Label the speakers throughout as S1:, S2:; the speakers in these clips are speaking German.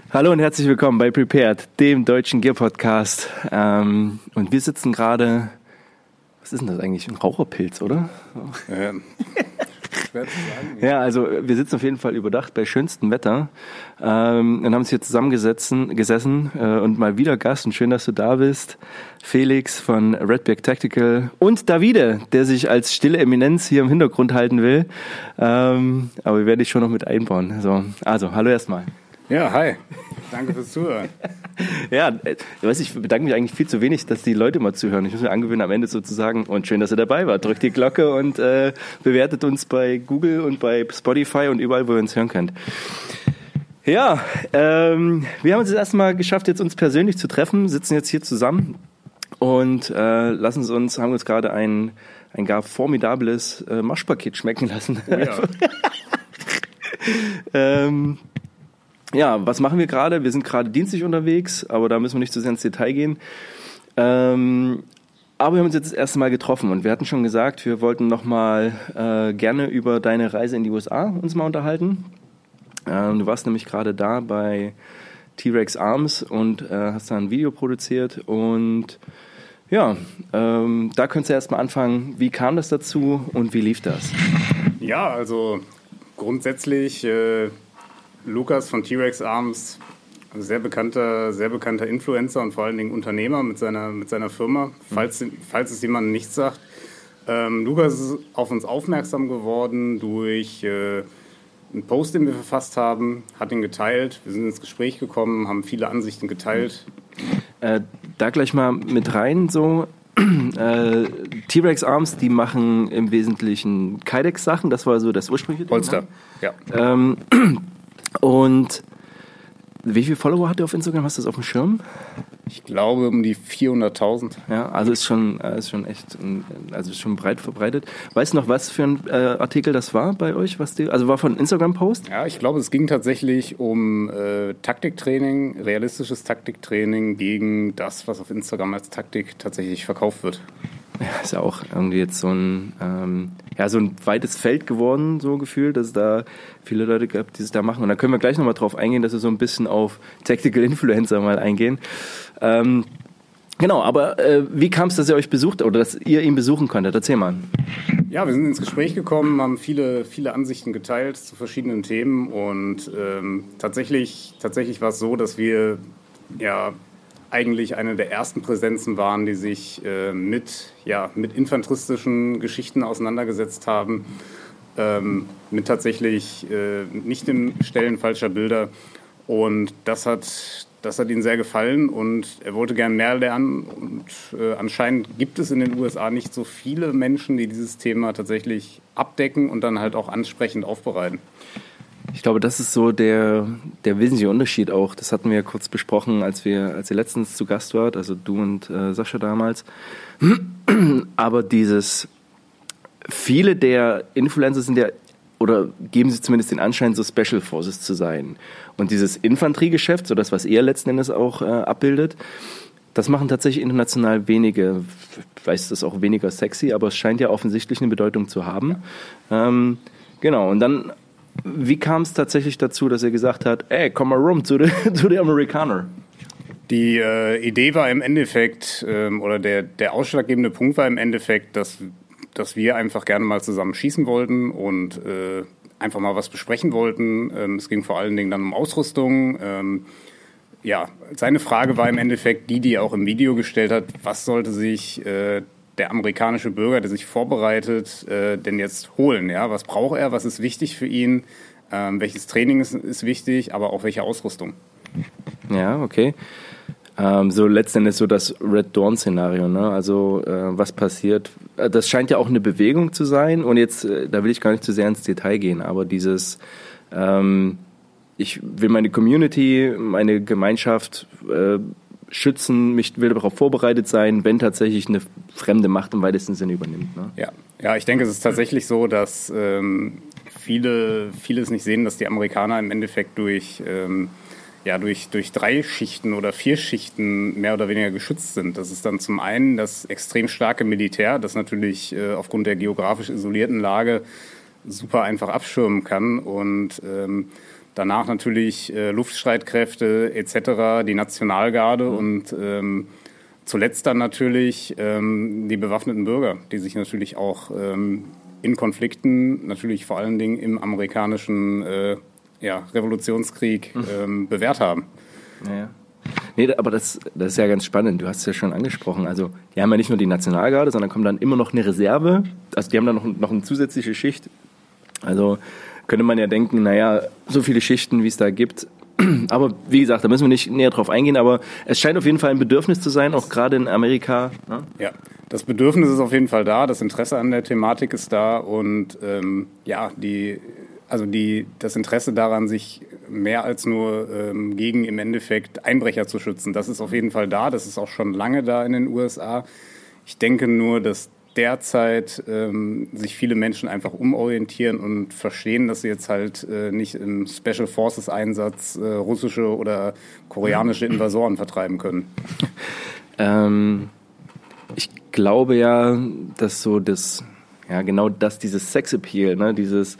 S1: Hallo und herzlich willkommen bei Prepared, dem deutschen Gear-Podcast. Und wir sitzen gerade, was ist denn das eigentlich, ein Raucherpilz, oder?
S2: Schwer zu sagen.
S1: Ja, also wir sitzen auf jeden Fall überdacht bei schönstem Wetter und haben uns hier zusammengesessen und mal wieder Gast und schön, dass du da bist. Felix von Redback Tactical und Davide, der sich als stille Eminenz hier im Hintergrund halten will. Aber wir werden dich schon noch mit einbauen. Also hallo erstmal.
S2: Ja, hi. Danke fürs Zuhören.
S1: Ja, ich bedanke mich eigentlich viel zu wenig, dass die Leute mal zuhören. Ich muss mir angewöhnen, am Ende sozusagen, und schön, dass ihr dabei wart. Drückt die Glocke und bewertet uns bei Google und bei Spotify und überall, wo ihr uns hören könnt. Ja, wir haben es erst mal geschafft, jetzt uns persönlich zu treffen, sitzen jetzt hier zusammen und haben uns gerade ein gar formidables Marschpaket schmecken lassen.
S2: Oh ja.
S1: Ja, was machen wir gerade? Wir sind gerade dienstlich unterwegs, aber da müssen wir nicht zu sehr ins Detail gehen. Aber wir haben uns jetzt das erste Mal getroffen und wir hatten schon gesagt, wir wollten nochmal gerne über deine Reise in die USA uns mal unterhalten. Du warst nämlich gerade da bei T-Rex Arms und hast da ein Video produziert und ja, da könntest du erstmal anfangen, wie kam das dazu und wie lief das?
S2: Ja, also grundsätzlich Lukas von T-Rex Arms, sehr bekannter Influencer und vor allen Dingen Unternehmer mit seiner Firma, falls es jemandem nichts sagt. Lukas ist auf uns aufmerksam geworden durch einen Post, den wir verfasst haben, hat ihn geteilt, wir sind ins Gespräch gekommen, haben viele Ansichten geteilt.
S1: Da gleich mal mit rein, so T-Rex Arms, die machen im Wesentlichen Kydex-Sachen, das war so das ursprüngliche
S2: Holster,
S1: ja. Und wie viele Follower hat er auf Instagram? Hast du das auf dem Schirm?
S2: Ich glaube um die 400.000.
S1: Ja, also ist schon echt, also ist schon breit verbreitet. Weißt du noch, was für ein Artikel das war bei euch? Also war von Instagram-Post?
S2: Ja, ich glaube, es ging tatsächlich um Taktiktraining, realistisches Taktiktraining gegen das, was auf Instagram als Taktik tatsächlich verkauft wird.
S1: Ja, ist ja auch irgendwie jetzt so ein weites Feld geworden, so gefühlt, dass es da viele Leute gab, die es da machen. Und da können wir gleich nochmal drauf eingehen, dass wir so ein bisschen auf Tactical Influencer mal eingehen. Genau, aber wie kam es, dass ihr euch besucht oder dass ihr ihn besuchen konntet? Erzähl mal.
S2: Ja, wir sind ins Gespräch gekommen, haben viele Ansichten geteilt zu verschiedenen Themen und tatsächlich war es so, dass wir ja eigentlich eine der ersten Präsenzen waren, die sich mit infanteristischen Geschichten auseinandergesetzt haben, mit tatsächlich nicht dem Stellen falscher Bilder. Und das hat ihm sehr gefallen und er wollte gern mehr lernen. Und anscheinend gibt es in den USA nicht so viele Menschen, die dieses Thema tatsächlich abdecken und dann halt auch ansprechend aufbereiten.
S1: Ich glaube, das ist so der wesentliche Unterschied auch. Das hatten wir ja kurz besprochen, als ihr letztens zu Gast wart, also du und Sascha damals. Aber viele der Influencer sind ja, oder geben sie zumindest den Anschein, so Special Forces zu sein. Und dieses Infanteriegeschäft, so das, was ihr letzten Endes auch abbildet, das machen tatsächlich international wenige. Vielleicht ist das auch weniger sexy, aber es scheint ja offensichtlich eine Bedeutung zu haben. Genau, und dann, wie kam es tatsächlich dazu, dass er gesagt hat, ey, komm mal rum zu den Amerikanern?
S2: Die Idee war im Endeffekt, oder der ausschlaggebende Punkt war im Endeffekt, dass wir einfach gerne mal zusammen schießen wollten und einfach mal was besprechen wollten. Es ging vor allen Dingen dann um Ausrüstung. Seine Frage war im Endeffekt die er auch im Video gestellt hat, was sollte sich der amerikanische Bürger, der sich vorbereitet, denn jetzt holen? Ja? Was braucht er? Was ist wichtig für ihn? Welches Training ist wichtig, aber auch welche Ausrüstung?
S1: Ja, okay. So letztendlich so das Red Dawn-Szenario, ne? Also was passiert? Das scheint ja auch eine Bewegung zu sein und jetzt, da will ich gar nicht zu sehr ins Detail gehen, aber dieses ich will meine Community, meine Gemeinschaft schützen, will darauf vorbereitet sein, wenn tatsächlich eine fremde Macht im weitesten Sinne übernimmt. Ne?
S2: Ja, ich denke, es ist tatsächlich so, dass viele es nicht sehen, dass die Amerikaner im Endeffekt durch 3 Schichten oder 4 Schichten mehr oder weniger geschützt sind. Das ist dann zum einen das extrem starke Militär, das natürlich aufgrund der geografisch isolierten Lage super einfach abschirmen kann und danach natürlich Luftstreitkräfte etc., die Nationalgarde und zuletzt dann natürlich die bewaffneten Bürger, die sich natürlich auch in Konflikten, natürlich vor allen Dingen im amerikanischen Revolutionskrieg bewährt haben.
S1: Ja. Nee, aber das ist ja ganz spannend. Du hast es ja schon angesprochen. Also die haben ja nicht nur die Nationalgarde, sondern kommt dann immer noch eine Reserve. Also die haben dann noch eine zusätzliche Schicht. Also könnte man ja denken, naja, so viele Schichten, wie es da gibt. Aber wie gesagt, da müssen wir nicht näher drauf eingehen. Aber es scheint auf jeden Fall ein Bedürfnis zu sein, auch gerade in Amerika. Ne?
S2: Ja, das Bedürfnis ist auf jeden Fall da. Das Interesse an der Thematik ist da. Und das Interesse daran, sich mehr als nur gegen im Endeffekt Einbrecher zu schützen, das ist auf jeden Fall da. Das ist auch schon lange da in den USA. Ich denke nur, dass derzeit sich viele Menschen einfach umorientieren und verstehen, dass sie jetzt halt nicht im Special Forces Einsatz russische oder koreanische Invasoren vertreiben können.
S1: Ich glaube ja, dass dieses Sexappeal, ne,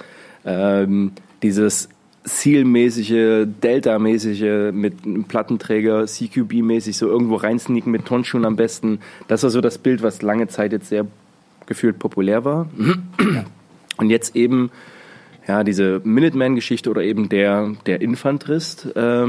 S1: dieses Seal-mäßige, Delta-mäßige mit einem Plattenträger, CQB-mäßig so irgendwo reinsneaken mit Turnschuhen am besten. Das war so das Bild, was lange Zeit jetzt sehr gefühlt populär war. Und jetzt eben diese Minuteman-Geschichte oder eben der Infanterist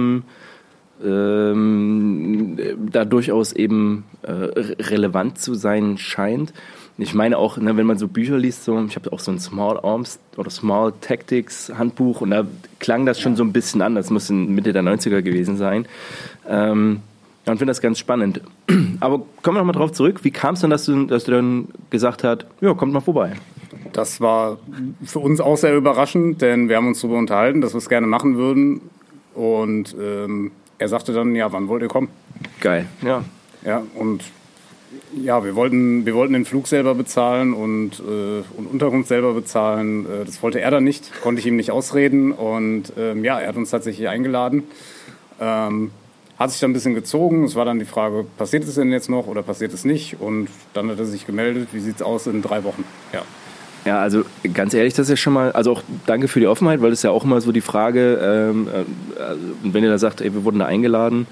S1: da durchaus eben relevant zu sein scheint. Ich meine auch, ne, wenn man so Bücher liest, ich habe auch so ein Small Arms oder Small Tactics Handbuch und da klang das schon so ein bisschen an. Das muss in Mitte der 90er gewesen sein. Und finde das ganz spannend. Aber kommen wir nochmal drauf zurück. Wie kam es denn, dass du dann gesagt hast, ja, kommt mal vorbei?
S2: Das war für uns auch sehr überraschend, denn wir haben uns darüber unterhalten, dass wir es gerne machen würden. Und er sagte dann, ja, wann wollt ihr kommen?
S1: Geil, ja.
S2: Ja, und ja, wir wollten den Flug selber bezahlen und Unterkunft selber bezahlen. Das wollte er dann nicht, konnte ich ihm nicht ausreden. Und er hat uns tatsächlich eingeladen. Hat sich dann ein bisschen gezogen. Es war dann die Frage, passiert es denn jetzt noch oder passiert es nicht? Und dann hat er sich gemeldet, wie sieht es aus in 3 Wochen? Ja.
S1: Ja, also ganz ehrlich, das ist ja schon mal, also auch danke für die Offenheit, weil das ist ja auch immer so die Frage, wenn ihr da sagt, ey, wir wurden da eingeladen,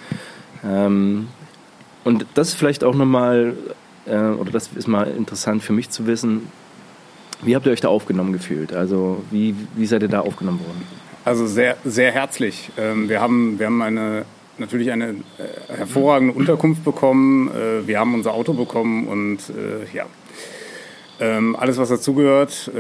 S1: und das ist vielleicht auch nochmal, oder das ist mal interessant für mich zu wissen, wie habt ihr euch da aufgenommen gefühlt? Also wie seid ihr da aufgenommen worden?
S2: Also sehr, sehr herzlich. Wir haben natürlich eine hervorragende Unterkunft bekommen, wir haben unser Auto bekommen und alles, was dazugehört.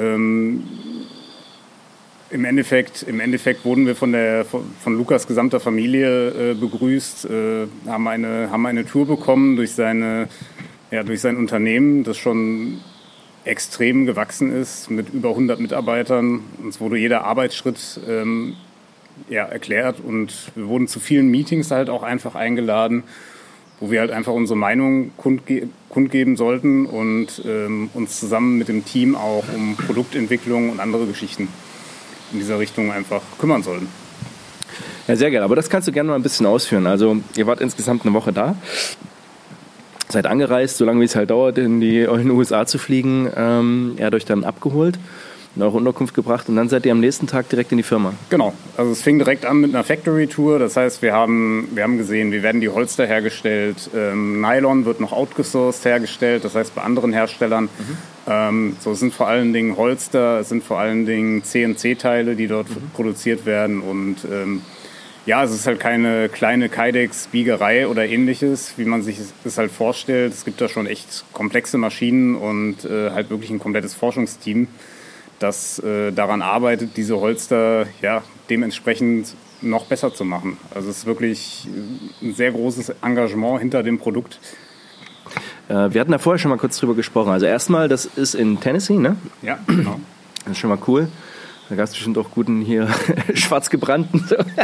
S2: Im Endeffekt wurden wir von Lukas gesamter Familie begrüßt, haben eine Tour bekommen durch sein Unternehmen, das schon extrem gewachsen ist mit über 100 Mitarbeitern. Uns wurde jeder Arbeitsschritt erklärt und wir wurden zu vielen Meetings halt auch einfach eingeladen, wo wir halt einfach unsere Meinung kundgeben sollten und uns zusammen mit dem Team auch um Produktentwicklung und andere Geschichten in dieser Richtung einfach kümmern sollten.
S1: Ja, sehr gerne. Aber das kannst du gerne mal ein bisschen ausführen. Also ihr wart insgesamt eine Woche da, seid angereist, so lange wie es halt dauert, in die USA zu fliegen. Er hat euch dann abgeholt, in eure Unterkunft gebracht und dann seid ihr am nächsten Tag direkt in die Firma. Genau.
S2: Also es fing direkt an mit einer Factory-Tour. Das heißt, wir haben gesehen, wie werden die Holster hergestellt. Nylon wird noch outgesourced hergestellt, das heißt bei anderen Herstellern. Es sind vor allen Dingen Holster, es sind vor allen Dingen CNC-Teile, die dort produziert werden. Und es ist halt keine kleine Kydex-Biegerei oder ähnliches, wie man sich das halt vorstellt. Es gibt da schon echt komplexe Maschinen und halt wirklich ein komplettes Forschungsteam, das daran arbeitet, diese Holster dementsprechend noch besser zu machen. Also es ist wirklich ein sehr großes Engagement hinter dem Produkt.
S1: Wir hatten da vorher schon mal kurz drüber gesprochen. Also erstmal, das ist in Tennessee, ne?
S2: Ja, genau.
S1: Das ist schon mal cool. Da gab es bestimmt auch guten hier schwarz gebrannten.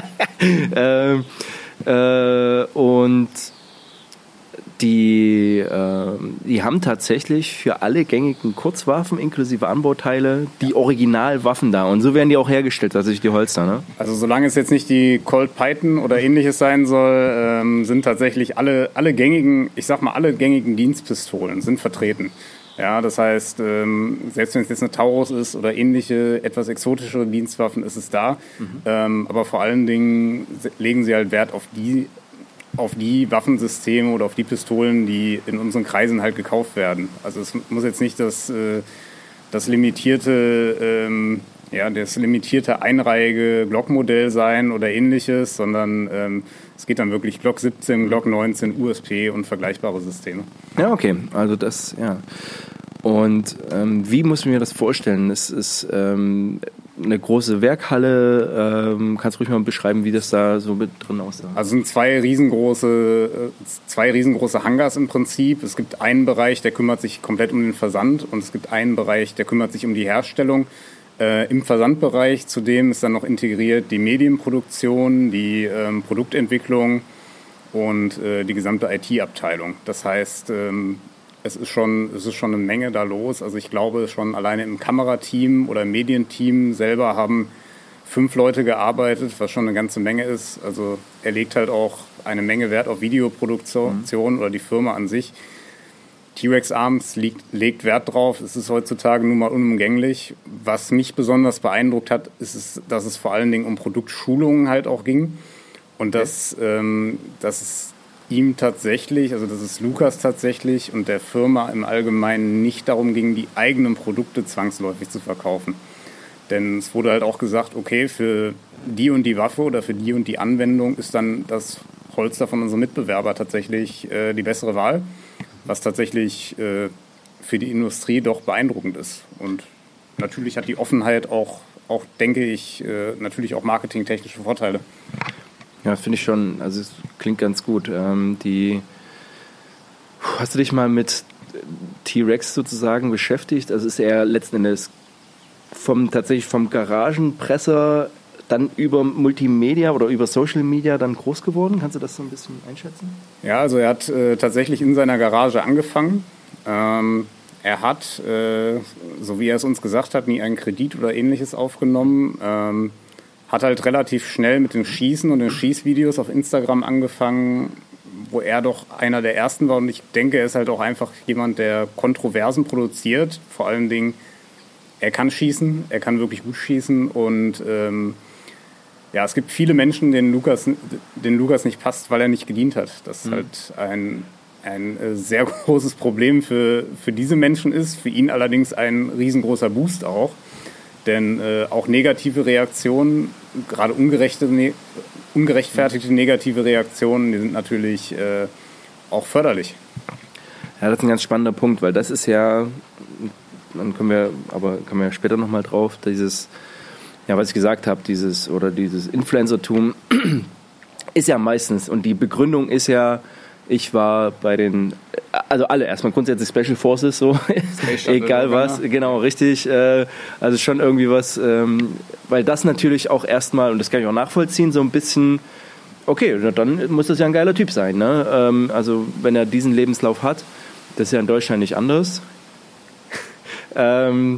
S1: Und die haben tatsächlich für alle gängigen Kurzwaffen inklusive Anbauteile die Originalwaffen da. Und so werden die auch hergestellt, tatsächlich die Holster, ne?
S2: Also solange es jetzt nicht die Colt Python oder ähnliches sein soll, sind tatsächlich alle gängigen Dienstpistolen sind vertreten. Ja, das heißt, selbst wenn es jetzt eine Taurus ist oder ähnliche, etwas exotischere Dienstwaffen, ist es da. Aber vor allen Dingen legen sie halt Wert auf die Waffensysteme oder auf die Pistolen, die in unseren Kreisen halt gekauft werden. Also es muss jetzt nicht das limitierte einreihige Glock-Modell sein oder ähnliches, sondern es geht dann wirklich Glock 17, Glock 19, USP und vergleichbare Systeme.
S1: Ja, okay. Also das, ja. Und wie muss ich mir das vorstellen? Es ist eine große Werkhalle. Kannst du ruhig mal beschreiben, wie das da so mit drin aussah?
S2: Also sind zwei riesengroße Hangars im Prinzip. Es gibt einen Bereich, der kümmert sich komplett um den Versand, und es gibt einen Bereich, der kümmert sich um die Herstellung. Im Versandbereich zudem ist dann noch integriert die Medienproduktion, die Produktentwicklung und die gesamte IT-Abteilung. Das heißt, es ist schon eine Menge da los. Also ich glaube, schon alleine im Kamerateam oder im Medienteam selber haben 5 Leute gearbeitet, was schon eine ganze Menge ist. Also er legt halt auch eine Menge Wert auf Videoproduktion oder die Firma an sich. T-Rex Arms legt Wert drauf. Es ist heutzutage nun mal unumgänglich. Was mich besonders beeindruckt hat, ist, dass es vor allen Dingen um Produktschulungen halt auch ging. Und dass es ihm tatsächlich, also dass es Lukas tatsächlich und der Firma im Allgemeinen nicht darum ging, die eigenen Produkte zwangsläufig zu verkaufen. Denn es wurde halt auch gesagt, okay, für die und die Waffe oder für die und die Anwendung ist dann das Holster von unserem Mitbewerber tatsächlich die bessere Wahl, was tatsächlich für die Industrie doch beeindruckend ist. Und natürlich hat die Offenheit auch denke ich, natürlich auch marketingtechnische Vorteile.
S1: Ja, das finde ich schon, also es klingt ganz gut. Hast du dich mal mit T-Rex sozusagen beschäftigt? Also ist er letzten Endes tatsächlich vom Garagenpresser dann über Multimedia oder über Social Media dann groß geworden? Kannst du das so ein bisschen einschätzen?
S2: Ja, also er hat tatsächlich in seiner Garage angefangen. Er hat, so wie er es uns gesagt hat, nie einen Kredit oder ähnliches aufgenommen. Hat halt relativ schnell mit dem Schießen und den Schießvideos auf Instagram angefangen, wo er doch einer der Ersten war. Und ich denke, er ist halt auch einfach jemand, der Kontroversen produziert. Vor allen Dingen, er kann schießen, er kann wirklich gut schießen. Und es gibt viele Menschen, denen Lukas nicht passt, weil er nicht gedient hat. Das ist halt ein sehr großes Problem für diese Menschen ist. Für ihn allerdings ein riesengroßer Boost auch. Denn auch negative Reaktionen, gerade ungerechtfertigte negative Reaktionen, die sind natürlich auch förderlich.
S1: Ja, das ist ein ganz spannender Punkt, weil das ist ja, dann kommen wir ja später nochmal drauf, dieses, ja, was ich gesagt habe, dieses Influencertum ist ja meistens, und die Begründung ist ja, ich war bei also alle erstmal grundsätzlich Special Forces, so, egal was, genau, richtig, also schon irgendwie was, weil das natürlich auch erstmal, und das kann ich auch nachvollziehen, so ein bisschen, okay, dann muss das ja ein geiler Typ sein, ne? Also wenn er diesen Lebenslauf hat, das ist ja in Deutschland nicht anders. Also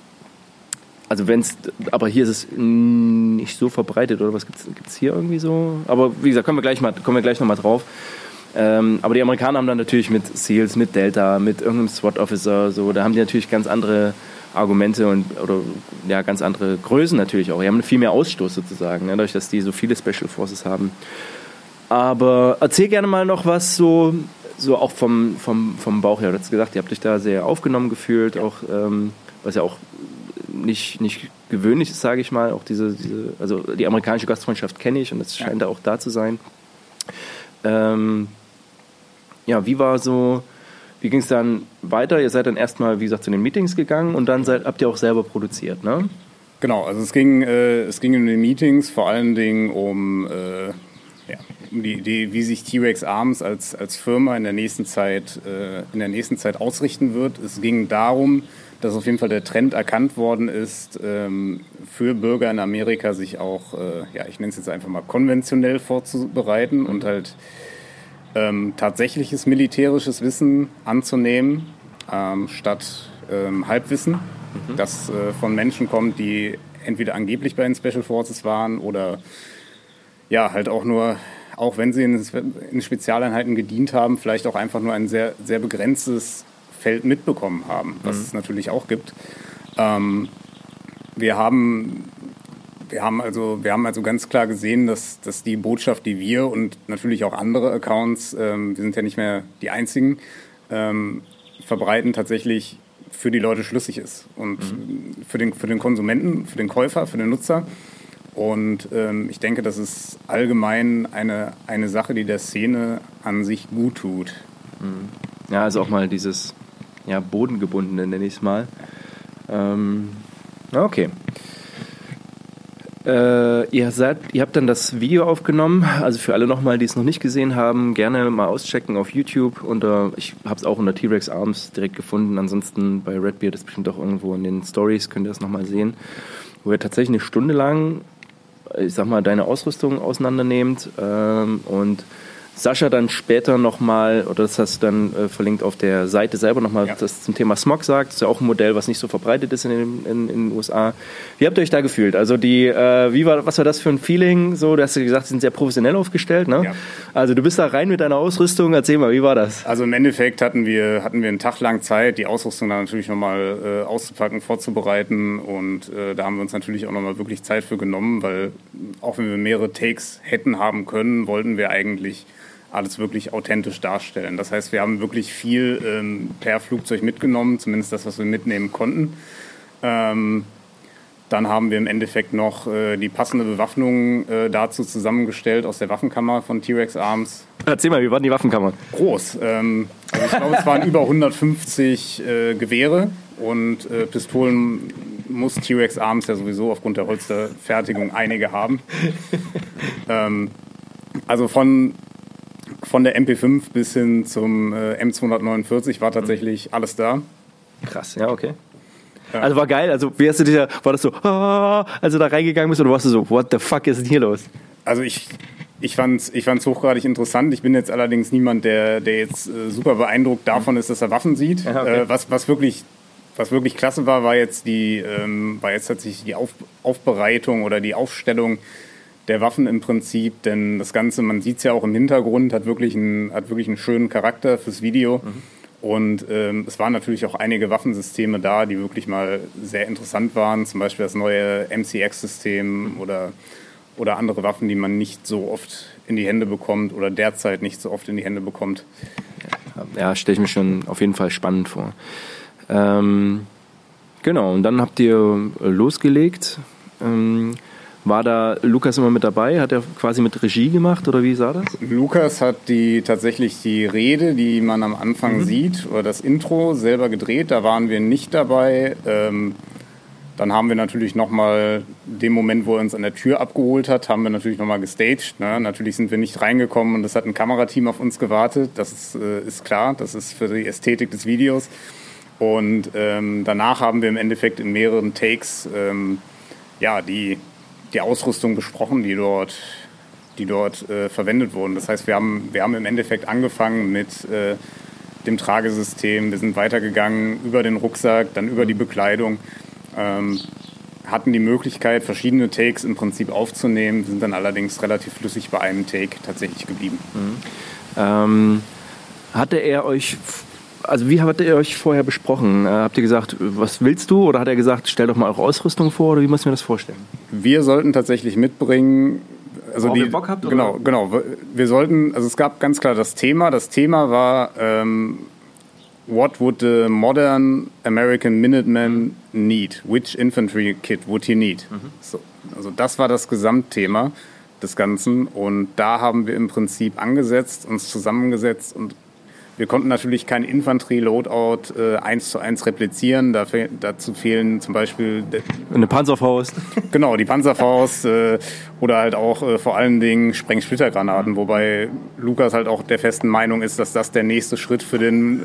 S1: aber hier ist es nicht so verbreitet, oder was gibt's hier irgendwie so? Aber wie gesagt, kommen wir gleich nochmal drauf. Aber die Amerikaner haben dann natürlich mit SEALs, mit Delta, mit irgendeinem SWAT-Officer, so, da haben die natürlich ganz andere Argumente oder ganz andere Größen natürlich auch. Die haben viel mehr Ausstoß sozusagen, ne, dadurch, dass die so viele Special Forces haben. Aber erzähl gerne mal noch was so auch vom Bauch her. Du hast gesagt, ihr habt dich da sehr aufgenommen gefühlt, auch was ja auch nicht gewöhnlich ist, sage ich mal. Auch also die amerikanische Gastfreundschaft kenne ich, und das scheint da auch da zu sein. Wie ging es dann weiter? Ihr seid dann erstmal, wie gesagt, zu den Meetings gegangen, und dann habt ihr auch selber produziert, ne?
S2: Genau, also es ging in den Meetings vor allen Dingen um die Idee, wie sich T-Rex Arms als Firma in der nächsten Zeit ausrichten wird. Es ging darum, dass auf jeden Fall der Trend erkannt worden ist, für Bürger in Amerika sich auch, ich nenne es jetzt einfach mal konventionell vorzubereiten und halt tatsächliches militärisches Wissen anzunehmen, statt Halbwissen, das von Menschen kommt, die entweder angeblich bei den Special Forces waren oder halt auch wenn sie in Spezialeinheiten gedient haben, vielleicht auch einfach nur ein sehr, sehr begrenztes Feld mitbekommen haben, was es natürlich auch gibt. Wir haben also ganz klar gesehen, dass die Botschaft, die wir und natürlich auch andere Accounts, wir sind ja nicht mehr die einzigen, verbreiten, tatsächlich für die Leute schlüssig ist. Und für den Konsumenten, für den Käufer, für den Nutzer. Und ich denke, das ist allgemein eine Sache, die der Szene an sich gut tut.
S1: Ja, also auch mal dieses Bodengebundene, nenne ich es mal. Okay. Ihr habt dann das Video aufgenommen, also für alle nochmal, die es noch nicht gesehen haben, gerne mal auschecken auf YouTube. Ich habe es auch unter T-Rex Arms direkt gefunden, ansonsten bei Redbeard ist bestimmt auch irgendwo in den Stories, könnt ihr das nochmal sehen, wo ihr tatsächlich eine Stunde lang, ich sag mal, deine Ausrüstung auseinandernehmt und Sascha dann später nochmal, oder das hast du dann verlinkt auf der Seite selber nochmal, das zum Thema Smog sagt. Das ist ja auch ein Modell, was nicht so verbreitet ist in den USA. Wie habt ihr euch da gefühlt? Also was war das für ein Feeling? So, du hast ja gesagt, sie sind sehr professionell aufgestellt, ne? Ja. Also du bist da rein mit deiner Ausrüstung. Erzähl mal, wie war das?
S2: Also im Endeffekt hatten wir einen Tag lang Zeit, die Ausrüstung dann natürlich nochmal auszupacken, vorzubereiten. Und da haben wir uns natürlich auch nochmal wirklich Zeit für genommen, weil auch wenn wir mehrere Takes hätten haben können, wollten wir eigentlich alles wirklich authentisch darstellen. Das heißt, wir haben wirklich viel per Flugzeug mitgenommen, zumindest das, was wir mitnehmen konnten. Dann haben wir im Endeffekt noch die passende Bewaffnung dazu zusammengestellt aus der Waffenkammer von T-Rex Arms.
S1: Erzähl mal, wie war die Waffenkammer?
S2: Groß. Also ich glaube, es waren über 150 Gewehre und Pistolen muss T-Rex Arms ja sowieso aufgrund der Holsterfertigung einige haben. Also von der MP5 bis hin zum M249 war tatsächlich alles da.
S1: Krass, ja, okay. Also war geil, also wie hast du dich war das so, als du da reingegangen bist, oder warst du so, what the fuck ist denn hier los?
S2: Also ich fand's hochgradig interessant. Ich bin jetzt allerdings niemand, der jetzt super beeindruckt davon ist, dass er Waffen sieht. Ja, okay. Was wirklich klasse war jetzt tatsächlich die Aufbereitung oder die Aufstellung der Waffen im Prinzip, denn das Ganze, man sieht es ja auch im Hintergrund, hat wirklich einen schönen Charakter fürs Video. Und es waren natürlich auch einige Waffensysteme da, die wirklich mal sehr interessant waren, zum Beispiel das neue MCX-System oder andere Waffen, die man nicht so oft in die Hände bekommt oder derzeit nicht so oft in die Hände bekommt.
S1: Ja, stelle ich mir schon auf jeden Fall spannend vor. Genau, und dann habt ihr losgelegt. War da Lukas immer mit dabei? Hat er quasi mit Regie gemacht oder wie sah das?
S2: Lukas hat tatsächlich die Rede, die man am Anfang sieht, oder das Intro selber gedreht. Da waren wir nicht dabei. Dann haben wir natürlich nochmal den Moment, wo er uns an der Tür abgeholt hat, haben wir natürlich nochmal gestaged. Ne? Natürlich sind wir nicht reingekommen und es hat ein Kamerateam auf uns gewartet. Das ist klar, das ist für die Ästhetik des Videos. Und danach haben wir im Endeffekt in mehreren Takes die Ausrüstung besprochen, die dort verwendet wurden. Das heißt, wir haben im Endeffekt angefangen mit dem Tragesystem, wir sind weitergegangen über den Rucksack, dann über die Bekleidung, hatten die Möglichkeit, verschiedene Takes im Prinzip aufzunehmen, sind dann allerdings relativ flüssig bei einem Take tatsächlich geblieben.
S1: Wie habt ihr euch vorher besprochen? Habt ihr gesagt, was willst du? Oder hat er gesagt, stell doch mal eure Ausrüstung vor? Oder wie muss ich mir das vorstellen?
S2: Wir sollten tatsächlich mitbringen... Also
S1: ihr Bock habt?
S2: Genau. Wir sollten... Also es gab ganz klar das Thema. Das Thema war... What would the modern American Minuteman need? Which infantry kit would he need? So, also das war das Gesamtthema des Ganzen. Und da haben wir im Prinzip uns zusammengesetzt und wir konnten natürlich kein Infanterie-Loadout 1:1 replizieren. Dazu fehlen zum Beispiel...
S1: Eine Panzerfaust.
S2: Genau, die Panzerfaust oder halt auch vor allen Dingen Sprengsplittergranaten, wobei Lukas halt auch der festen Meinung ist, dass das der nächste Schritt für den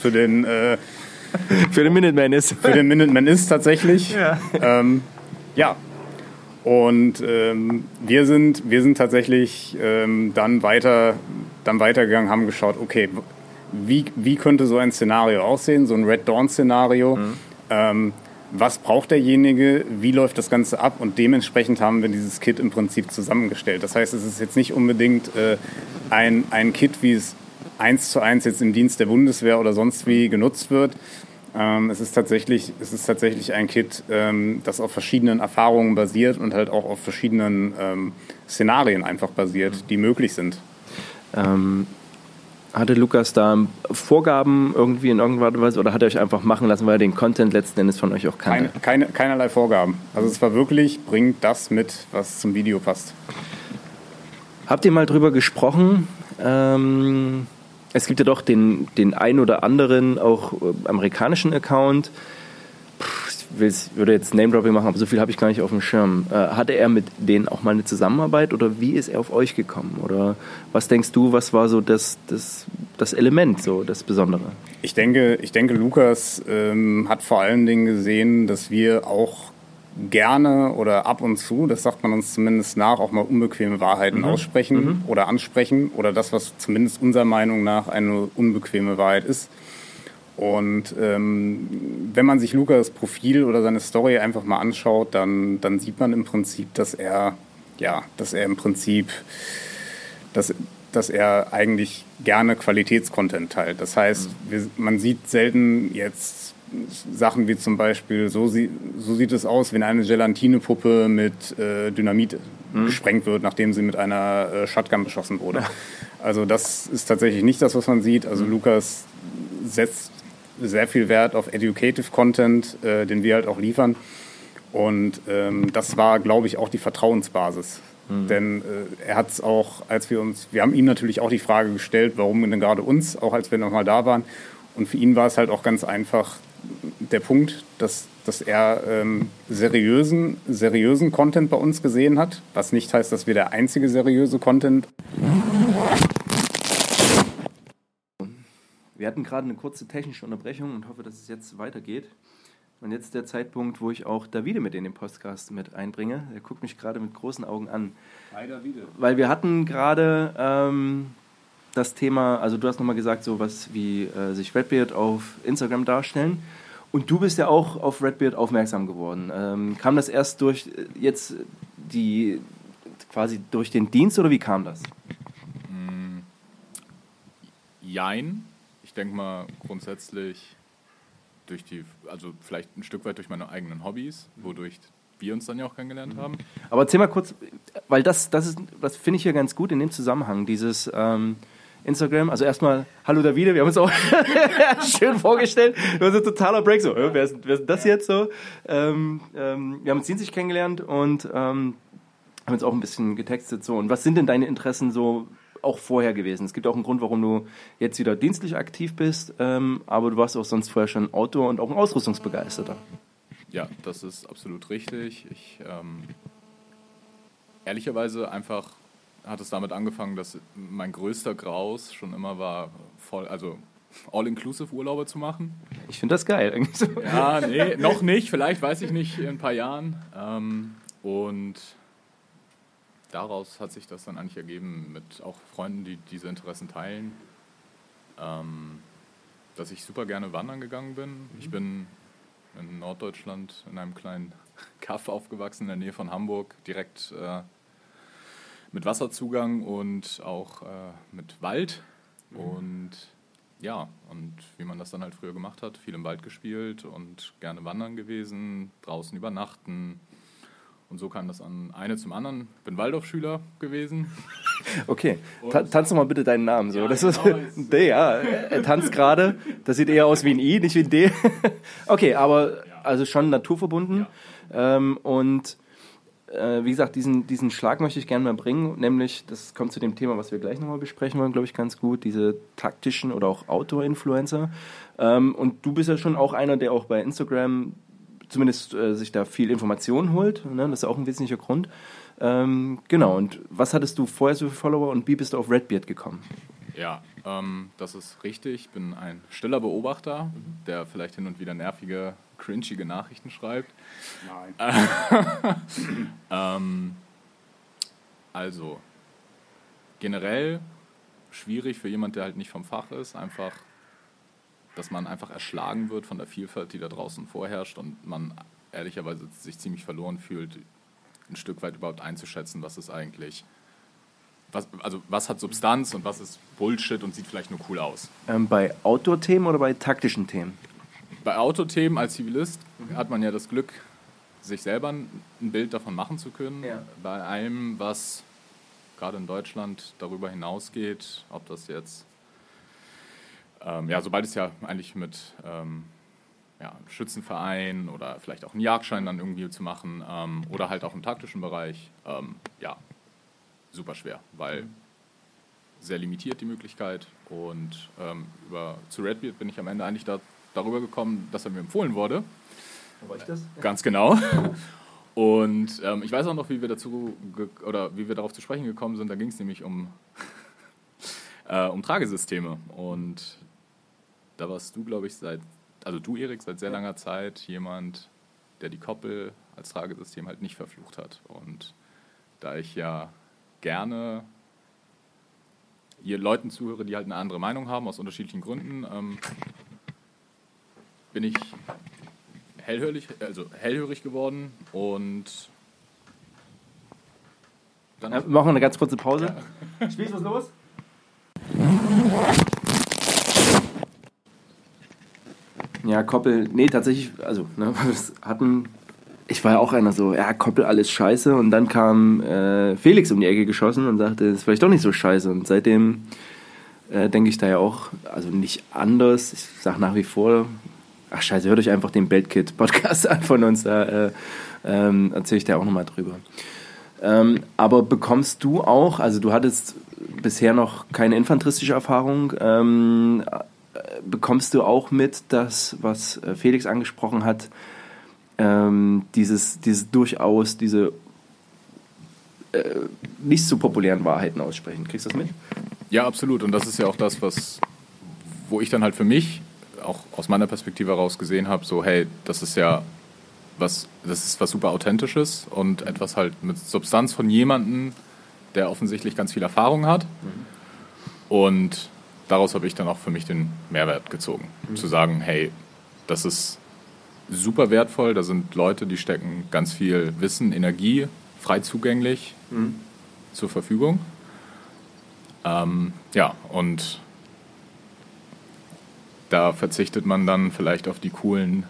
S1: Minuteman ist.
S2: Für den Minuteman ist tatsächlich. Ja. Und wir sind tatsächlich dann weitergegangen, haben geschaut, okay, wie könnte so ein Szenario aussehen, so ein Red Dawn-Szenario? Was braucht derjenige? Wie läuft das Ganze ab? Und dementsprechend haben wir dieses Kit im Prinzip zusammengestellt. Das heißt, es ist jetzt nicht unbedingt ein Kit, wie es 1:1 jetzt im Dienst der Bundeswehr oder sonst wie genutzt wird. Es ist tatsächlich ein Kit, das auf verschiedenen Erfahrungen basiert und halt auch auf verschiedenen Szenarien einfach basiert, die möglich sind.
S1: Hatte Lukas da Vorgaben irgendwie in irgendeiner Weise oder hat er euch einfach machen lassen, weil er den Content letzten Endes von euch auch kannte?
S2: Keinerlei Vorgaben. Also es war wirklich, bringt das mit, was zum Video passt.
S1: Habt ihr mal drüber gesprochen? Es gibt ja doch den ein oder anderen auch amerikanischen Account. Ich würde jetzt Name-Dropping machen, aber so viel habe ich gar nicht auf dem Schirm. Hatte er mit denen auch mal eine Zusammenarbeit oder wie ist er auf euch gekommen? Oder was denkst du, was war so das Element, so das Besondere?
S2: Ich denke, Lukas hat vor allen Dingen gesehen, dass wir auch gerne oder ab und zu, das sagt man uns zumindest nach, auch mal unbequeme Wahrheiten aussprechen oder ansprechen oder das, was zumindest unserer Meinung nach eine unbequeme Wahrheit ist. Und wenn man sich Lukas Profil oder seine Story einfach mal anschaut, dann sieht man im Prinzip, dass er eigentlich gerne Qualitätscontent teilt. Das heißt, man sieht selten jetzt Sachen wie zum Beispiel, so sieht es aus, wenn eine Gelatinepuppe mit Dynamit gesprengt wird, nachdem sie mit einer Shotgun beschossen wurde. Also das ist tatsächlich nicht das, was man sieht. Also Lukas setzt sehr viel Wert auf Educative Content, den wir halt auch liefern. Und das war, glaube ich, auch die Vertrauensbasis. Denn er hat es auch, wir haben ihm natürlich auch die Frage gestellt, warum denn gerade uns, auch als wir nochmal da waren. Und für ihn war es halt auch ganz einfach der Punkt, dass er seriösen Content bei uns gesehen hat, was nicht heißt, dass wir der einzige seriöse Content.
S1: Wir hatten gerade eine kurze technische Unterbrechung und hoffe, dass es jetzt weitergeht. Und jetzt der Zeitpunkt, wo ich auch Davide mit in den Podcast mit einbringe. Er guckt mich gerade mit großen Augen an.
S2: Hi Davide.
S1: Weil wir hatten gerade das Thema, also du hast nochmal gesagt, sowas wie sich Redbeard auf Instagram darstellen. Und du bist ja auch auf Redbeard aufmerksam geworden. Kam das erst durch jetzt quasi durch den Dienst oder wie kam das?
S3: Jein. Ich denke mal grundsätzlich also vielleicht ein Stück weit durch meine eigenen Hobbys, wodurch wir uns dann ja auch kennengelernt haben.
S1: Aber erzähl mal kurz, weil das finde ich hier ganz gut in dem Zusammenhang, dieses Instagram, also erstmal, hallo Davide, wir haben uns auch schön vorgestellt, das ist ein totaler Break, so, wer ist das jetzt so? Wir haben uns dienstlich kennengelernt und haben uns auch ein bisschen getextet so. Und was sind denn deine Interessen so auch vorher gewesen? Es gibt auch einen Grund, warum du jetzt wieder dienstlich aktiv bist, aber du warst auch sonst vorher schon Outdoor und auch ein Ausrüstungsbegeisterter.
S3: Ja, das ist absolut richtig. Ich ehrlicherweise einfach hat es damit angefangen, dass mein größter Graus schon immer war, All-Inclusive-Urlaube zu machen.
S1: Ich finde das geil. Irgendwie so.
S3: Ja, nee, noch nicht, vielleicht, weiß ich nicht, in ein paar Jahren. Und daraus hat sich das dann eigentlich ergeben, mit auch Freunden, die diese Interessen teilen, dass ich super gerne wandern gegangen bin. Ich bin in Norddeutschland in einem kleinen Kaff aufgewachsen, in der Nähe von Hamburg, direkt mit Wasserzugang und auch mit Wald. Und ja, und wie man das dann halt früher gemacht hat, viel im Wald gespielt und gerne wandern gewesen, draußen übernachten. Und so kam das an eine zum anderen. Bin Waldorfschüler gewesen.
S1: Okay, tanz doch mal bitte deinen Namen. So.
S3: Ja,
S1: das
S3: genau,
S1: ist D, ja. Er tanzt gerade. Das sieht eher aus wie ein I, nicht wie ein D. Okay, aber also schon naturverbunden. Ja. Und wie gesagt, diesen Schlag möchte ich gerne mal bringen. Nämlich, das kommt zu dem Thema, was wir gleich nochmal besprechen wollen, glaube ich, ganz gut. Diese taktischen oder auch Outdoor-Influencer. Und du bist ja schon auch einer, der auch bei Instagram zumindest sich da viel Informationen holt. Ne? Das ist auch ein wesentlicher Grund. Genau, und was hattest du vorher so für Follower und wie bist du auf Redbeard gekommen?
S3: Ja, das ist richtig. Ich bin ein stiller Beobachter, der vielleicht hin und wieder nervige, cringige Nachrichten schreibt. Nein. Also, generell schwierig für jemand, der halt nicht vom Fach ist, einfach, dass man einfach erschlagen wird von der Vielfalt, die da draußen vorherrscht und man ehrlicherweise sich ziemlich verloren fühlt, ein Stück weit überhaupt einzuschätzen, was ist eigentlich was hat Substanz und was ist Bullshit und sieht vielleicht nur cool aus.
S1: Bei Outdoor-Themen oder bei taktischen Themen?
S3: Bei Autothemen als Zivilist hat man ja das Glück, sich selber ein Bild davon machen zu können. Ja. Bei allem, was gerade in Deutschland darüber hinausgeht, ob das jetzt, sobald es ja eigentlich mit Schützenverein oder vielleicht auch einen Jagdschein dann irgendwie zu machen oder halt auch im taktischen Bereich, super schwer, weil sehr limitiert die Möglichkeit und zu Redbeard bin ich am Ende eigentlich darüber gekommen, dass er mir empfohlen wurde.
S1: War ich das?
S3: Ganz genau. Und ich weiß auch noch, wie wir darauf zu sprechen gekommen sind. Da ging es nämlich um Tragesysteme. Und da warst du, glaube ich, du, Erik, seit sehr langer Zeit jemand, der die Koppel als Tragesystem halt nicht verflucht hat. Und da ich ja gerne hier Leuten zuhöre, die halt eine andere Meinung haben, aus unterschiedlichen Gründen, bin ich hellhörig geworden und dann
S1: machen wir eine ganz kurze Pause. Ja. Spielst du was los? Ja, Koppel, nee, tatsächlich, ich war ja auch einer so, ja, Koppel, alles scheiße, und dann kam Felix um die Ecke geschossen und sagte, das ist vielleicht doch nicht so scheiße, und seitdem denke ich da ja auch, also nicht anders, ich sage nach wie vor, ach scheiße, hört euch einfach den Beltkit-Podcast an von uns, da erzähle ich da auch nochmal drüber. Aber bekommst du auch, also du hattest bisher noch keine infanteristische Erfahrung, bekommst du auch mit, das, was Felix angesprochen hat, dieses durchaus diese nicht so populären Wahrheiten aussprechen. Kriegst du das mit?
S3: Ja, absolut. Und das ist ja auch das, wo ich dann halt für mich auch aus meiner Perspektive heraus gesehen habe, so hey, das ist was super Authentisches und etwas halt mit Substanz von jemandem, der offensichtlich ganz viel Erfahrung hat. Und daraus habe ich dann auch für mich den Mehrwert gezogen. Zu sagen, hey, das ist super wertvoll, da sind Leute, die stecken ganz viel Wissen, Energie, frei zugänglich zur Verfügung. Und da verzichtet man dann vielleicht auf die coolen,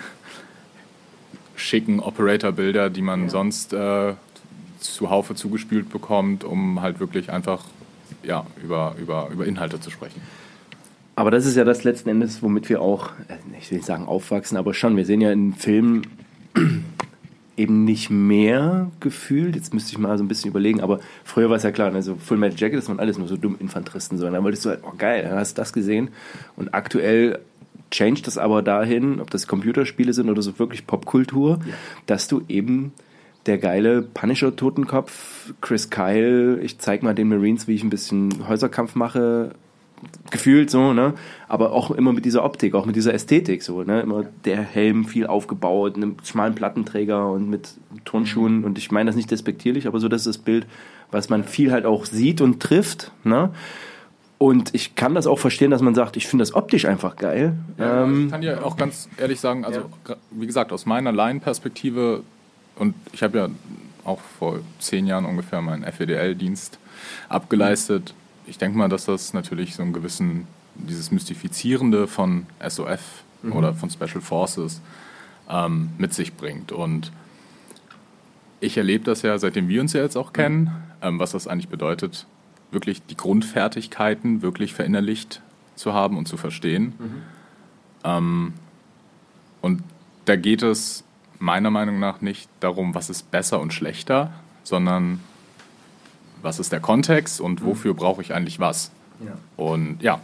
S3: schicken Operator-Bilder, die man sonst zuhaufe zugespült bekommt, um halt wirklich einfach über Inhalte zu sprechen.
S1: Aber das ist ja das letzten Endes, womit wir auch, ich will nicht sagen aufwachsen, aber schon, wir sehen ja in Filmen eben nicht mehr gefühlt, jetzt müsste ich mal so ein bisschen überlegen, aber früher war es ja klar, also Full Metal Jacket, das waren alles nur so dumme Infanteristen, so, und dann wolltest du halt, oh geil, dann hast du das gesehen, und aktuell changed das aber dahin, ob das Computerspiele sind oder so wirklich Popkultur, dass du eben der geile Punisher-Totenkopf, Chris Kyle, ich zeig mal den Marines, wie ich ein bisschen Häuserkampf mache, gefühlt so, ne? Aber auch immer mit dieser Optik, auch mit dieser Ästhetik so, ne? Immer der Helm viel aufgebaut, einem schmalen Plattenträger und mit Turnschuhen, und ich meine das nicht despektierlich, aber so, das ist das Bild, was man viel halt auch sieht und trifft, ne? Und ich kann das auch verstehen, dass man sagt, ich finde das optisch einfach geil.
S3: Ja, ich kann dir auch ganz ehrlich sagen, also wie gesagt, aus meiner Laienperspektive, und ich habe ja auch vor 10 Jahren ungefähr meinen FEDL-Dienst abgeleistet. Ich denke mal, dass das natürlich so einen gewissen, dieses Mystifizierende von SOF oder von Special Forces mit sich bringt. Und ich erlebe das ja, seitdem wir uns ja jetzt auch kennen, was das eigentlich bedeutet, wirklich die Grundfertigkeiten wirklich verinnerlicht zu haben und zu verstehen. Und da geht es meiner Meinung nach nicht darum, was ist besser und schlechter, sondern was ist der Kontext und wofür brauche ich eigentlich was. Ja. Und ja.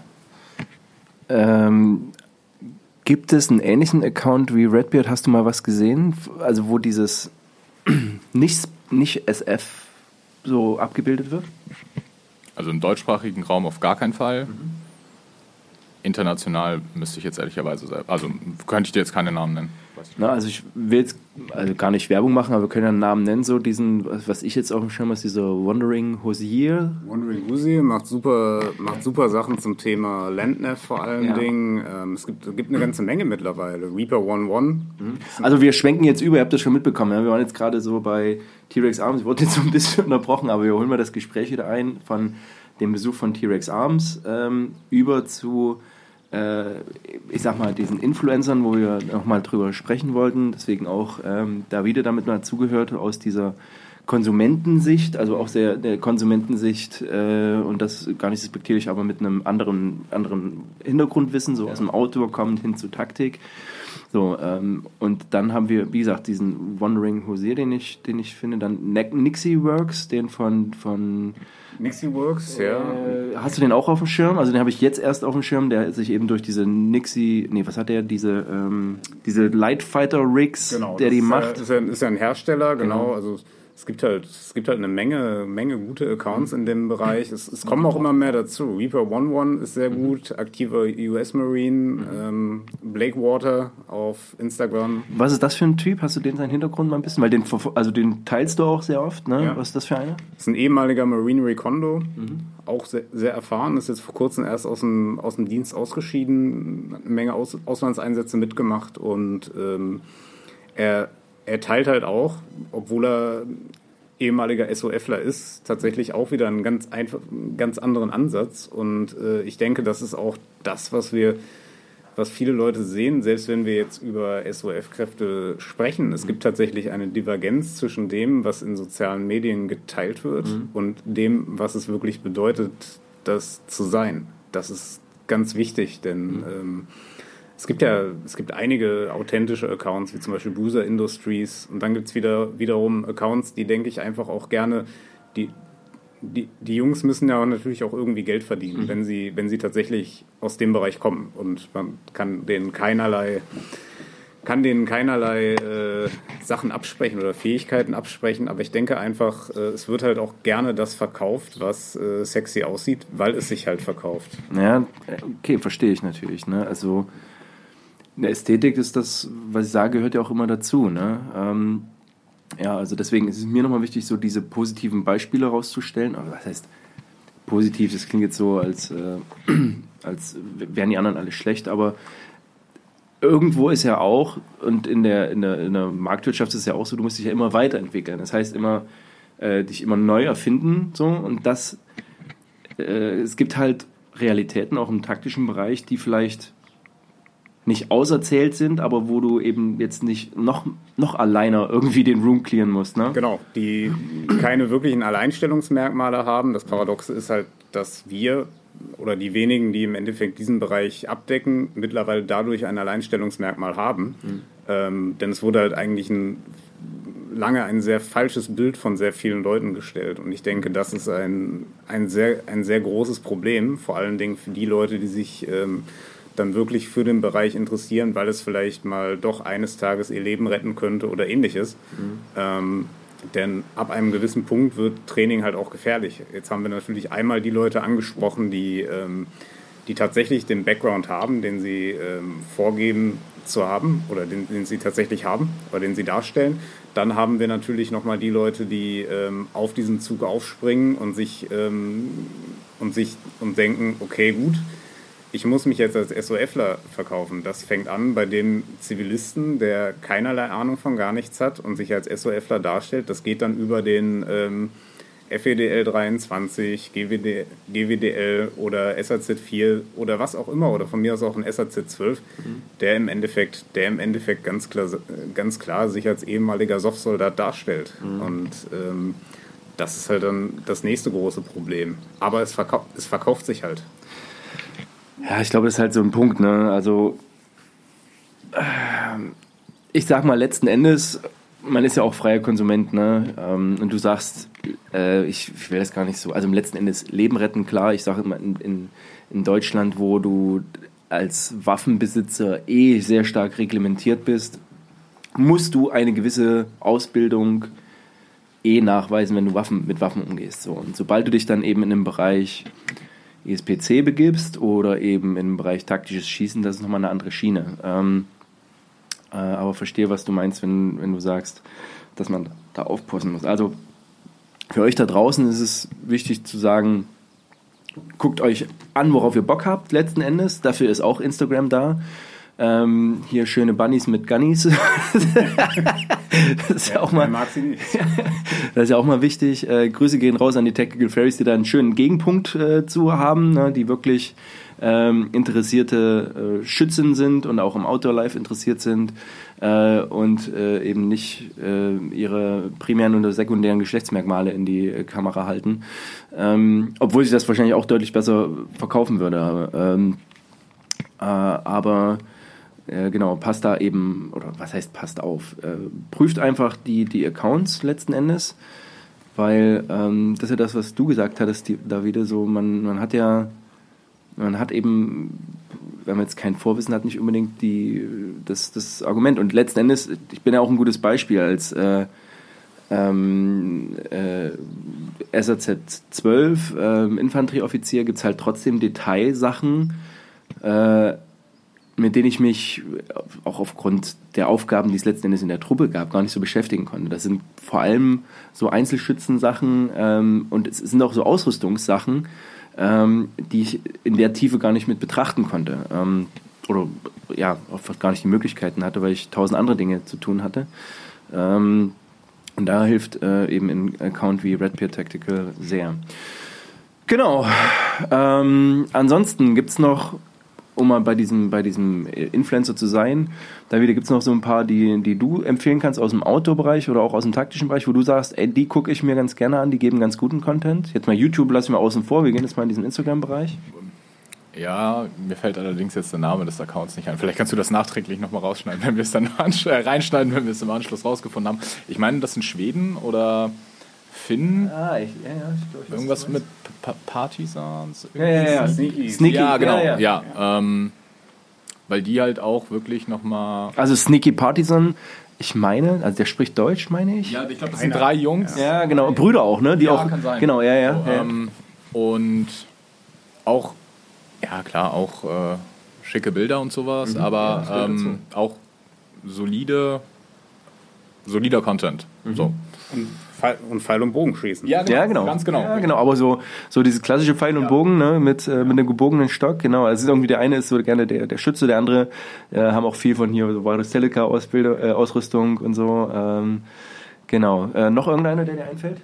S1: Gibt es einen ähnlichen Account wie Redbeard? Hast du mal was gesehen? Also wo dieses nicht SF so abgebildet wird?
S3: Also im deutschsprachigen Raum auf gar keinen Fall. international müsste ich jetzt ehrlicherweise sagen. Also könnte ich dir jetzt keine Namen nennen.
S1: Na, also ich will jetzt gar nicht Werbung machen, aber wir können ja einen Namen nennen, so diesen, was ich jetzt auf dem Schirm habe, ist dieser Wandering Hoosier.
S2: Wandering Hoosier macht super Sachen zum Thema Landnav vor allen Dingen. Es gibt eine ganze Menge mittlerweile. Reaper 1.1.
S1: Also wir schwenken jetzt über, ihr habt das schon mitbekommen. Ja? Wir waren jetzt gerade so bei T-Rex Arms, ich wurde jetzt so ein bisschen unterbrochen, aber wir holen mal das Gespräch wieder ein von dem Besuch von T-Rex Arms über zu ich sag mal, diesen Influencern, wo wir nochmal drüber sprechen wollten, deswegen auch Davide damit mal zugehört aus dieser Konsumentensicht, also auch sehr der Konsumentensicht und das gar nicht respektierlich, aber mit einem anderen Hintergrundwissen, so aus dem Outdoor kommend hin zu Taktik. So, und dann haben wir, wie gesagt, diesen Wandering Hoosier, den ich finde, dann Nixie Works, den von
S2: Nixie Works, ja.
S1: Hast du den auch auf dem Schirm? Also den habe ich jetzt erst auf dem Schirm, der sich eben durch diese was hat der, diese Lightfighter Rigs,
S2: genau,
S1: der die macht.
S2: Ist ja ein Hersteller, genau. Also es gibt halt eine Menge gute Accounts in dem Bereich. Es kommen auch immer mehr dazu. Reaper 1.1 ist sehr gut, aktiver US Marine, Blakewater auf Instagram.
S1: Was ist das für ein Typ? Hast du den seinen Hintergrund mal ein bisschen? Weil den teilst du auch sehr oft, ne? Ja. Was ist das für einer?
S2: Das ist ein ehemaliger Marine Recondo, auch sehr, sehr erfahren, ist jetzt vor kurzem erst aus dem Dienst ausgeschieden, hat eine Menge Auslandseinsätze mitgemacht und er teilt halt auch, obwohl er ehemaliger SOFler ist, tatsächlich auch wieder einen ganz anderen Ansatz. Und ich denke, das ist auch das, was viele Leute sehen, selbst wenn wir jetzt über SOF-Kräfte sprechen. Es gibt tatsächlich eine Divergenz zwischen dem, was in sozialen Medien geteilt wird und dem, was es wirklich bedeutet, das zu sein. Das ist ganz wichtig, denn es gibt einige authentische Accounts, wie zum Beispiel Boozer Industries, und dann gibt es wiederum Accounts, die denke ich einfach auch gerne, die Jungs müssen ja natürlich auch irgendwie Geld verdienen, wenn sie tatsächlich aus dem Bereich kommen, und man kann denen keinerlei Sachen absprechen oder Fähigkeiten absprechen, aber ich denke einfach, es wird halt auch gerne das verkauft, was sexy aussieht, weil es sich halt verkauft.
S1: Ja, okay, verstehe ich natürlich, ne? Also eine Ästhetik ist das, was ich sage, gehört ja auch immer dazu, ne? Ja, also deswegen ist es mir nochmal wichtig, so diese positiven Beispiele rauszustellen. Aber was heißt positiv? Das klingt jetzt so, als wären die anderen alle schlecht, aber irgendwo ist ja auch, und in der Marktwirtschaft ist es ja auch so, du musst dich ja immer weiterentwickeln. Das heißt dich immer neu erfinden, so, und es gibt halt Realitäten auch im taktischen Bereich, die vielleicht nicht auserzählt sind, aber wo du eben jetzt nicht noch alleiner irgendwie den Room clearen musst, ne?
S2: Genau, die keine wirklichen Alleinstellungsmerkmale haben. Das Paradoxe ist halt, dass wir oder die wenigen, die im Endeffekt diesen Bereich abdecken, mittlerweile dadurch ein Alleinstellungsmerkmal haben. Denn es wurde halt eigentlich lange ein sehr falsches Bild von sehr vielen Leuten gestellt. Und ich denke, das ist ein sehr großes Problem, vor allen Dingen für die Leute, die sich dann wirklich für den Bereich interessieren, weil es vielleicht mal doch eines Tages ihr Leben retten könnte oder ähnliches. Denn ab einem gewissen Punkt wird Training halt auch gefährlich. Jetzt haben wir natürlich einmal die Leute angesprochen, die tatsächlich den Background haben, den sie vorgeben zu haben oder den sie tatsächlich haben oder den sie darstellen. Dann haben wir natürlich nochmal die Leute, die auf diesen Zug aufspringen und denken, okay, gut, ich muss mich jetzt als SOFler verkaufen. Das fängt an bei dem Zivilisten, der keinerlei Ahnung von gar nichts hat und sich als SOFler darstellt. Das geht dann über den FEDL 23, GWDL oder SAZ 4 oder was auch immer, oder von mir aus auch ein SAZ 12, der im Endeffekt ganz klar sich als ehemaliger SOF-Soldat darstellt. Und das ist halt dann das nächste große Problem. Aber es verkauft sich halt.
S1: Ja, ich glaube, das ist halt so ein Punkt, ne? Also, ich sag mal, letzten Endes, man ist ja auch freier Konsument, ne? Und du sagst, ich will das gar nicht so, also im letzten Endes Leben retten, klar. Ich sage immer, in Deutschland, wo du als Waffenbesitzer sehr stark reglementiert bist, musst du eine gewisse Ausbildung nachweisen, wenn du mit Waffen umgehst. So. Und sobald du dich dann eben in einem Bereich ESPC begibst oder eben im Bereich taktisches Schießen, das ist nochmal eine andere Schiene. Aber verstehe, was du meinst, wenn du sagst, dass man da aufpassen muss. Also für euch da draußen ist es wichtig zu sagen, guckt euch an, worauf ihr Bock habt, letzten Endes. Dafür ist auch Instagram da. Hier schöne Bunnies mit Gunnies. Das ist ja auch mal, das ist ja auch mal wichtig. Grüße gehen raus an die Tactical Fairies, die da einen schönen Gegenpunkt zu haben, ne, die wirklich interessierte Schützen sind und auch im Outdoor Life interessiert sind und eben nicht ihre primären oder sekundären Geschlechtsmerkmale in die Kamera halten. Obwohl sich das wahrscheinlich auch deutlich besser verkaufen würde. Aber genau, passt da eben, oder was heißt passt auf, prüft einfach die Accounts letzten Endes, weil das ist ja das, was du gesagt hattest, Davide, so man hat eben, wenn man jetzt kein Vorwissen hat, nicht unbedingt das Argument. Und letzten Endes, ich bin ja auch ein gutes Beispiel als SAZ 12 Infanterieoffizier gibt es halt trotzdem Detailsachen, mit denen ich mich auch aufgrund der Aufgaben, die es letzten Endes in der Truppe gab, gar nicht so beschäftigen konnte. Das sind vor allem so Einzelschützensachen und es sind auch so Ausrüstungssachen, die ich in der Tiefe gar nicht mit betrachten konnte. Oder ja, oft gar nicht die Möglichkeiten hatte, weil ich 1000 andere Dinge zu tun hatte. Und da hilft eben ein Account wie Redbeard Tactical sehr. Genau. Ansonsten gibt es noch, um mal bei diesem Influencer zu sein, da wieder gibt es noch so ein paar, die du empfehlen kannst aus dem Outdoor-Bereich oder auch aus dem taktischen Bereich, wo du sagst, ey, die gucke ich mir ganz gerne an, die geben ganz guten Content. Jetzt mal YouTube lassen wir außen vor, wir gehen jetzt mal in diesen Instagram-Bereich.
S3: Ja, mir fällt allerdings jetzt der Name des Accounts nicht ein. Vielleicht kannst du das nachträglich nochmal rausschneiden, wenn wir es dann reinschneiden, wenn wir es im Anschluss rausgefunden haben. Ich meine, das sind Schweden oder Finnen.
S1: Ich glaub,
S3: irgendwas mit Partisans.
S1: Ja. Sneaky.
S3: Ja, genau. Ja. Weil die halt auch wirklich nochmal...
S1: Also Sneaky Partisan, ich meine, also der spricht Deutsch, meine ich.
S3: Ja, ich glaube, das sind 3 Jungs.
S1: Ja, genau. Brüder auch, ne? Die
S3: ja,
S1: auch,
S3: kann sein.
S1: Genau, ja.
S3: Und auch, ja klar, auch schicke Bilder und sowas, aber auch solider Content. So.
S2: Und Pfeil- und Bogenschießen.
S1: Ja, genau.
S3: Ganz genau.
S1: Ja, genau. Aber so dieses klassische Pfeil und Bogen, ne, mit einem gebogenen Stock, genau. Also irgendwie der eine ist so gerne der Schütze, der andere haben auch viel von hier, so Varus Celica Ausrüstung und so. Genau. Noch irgendeiner, der dir einfällt?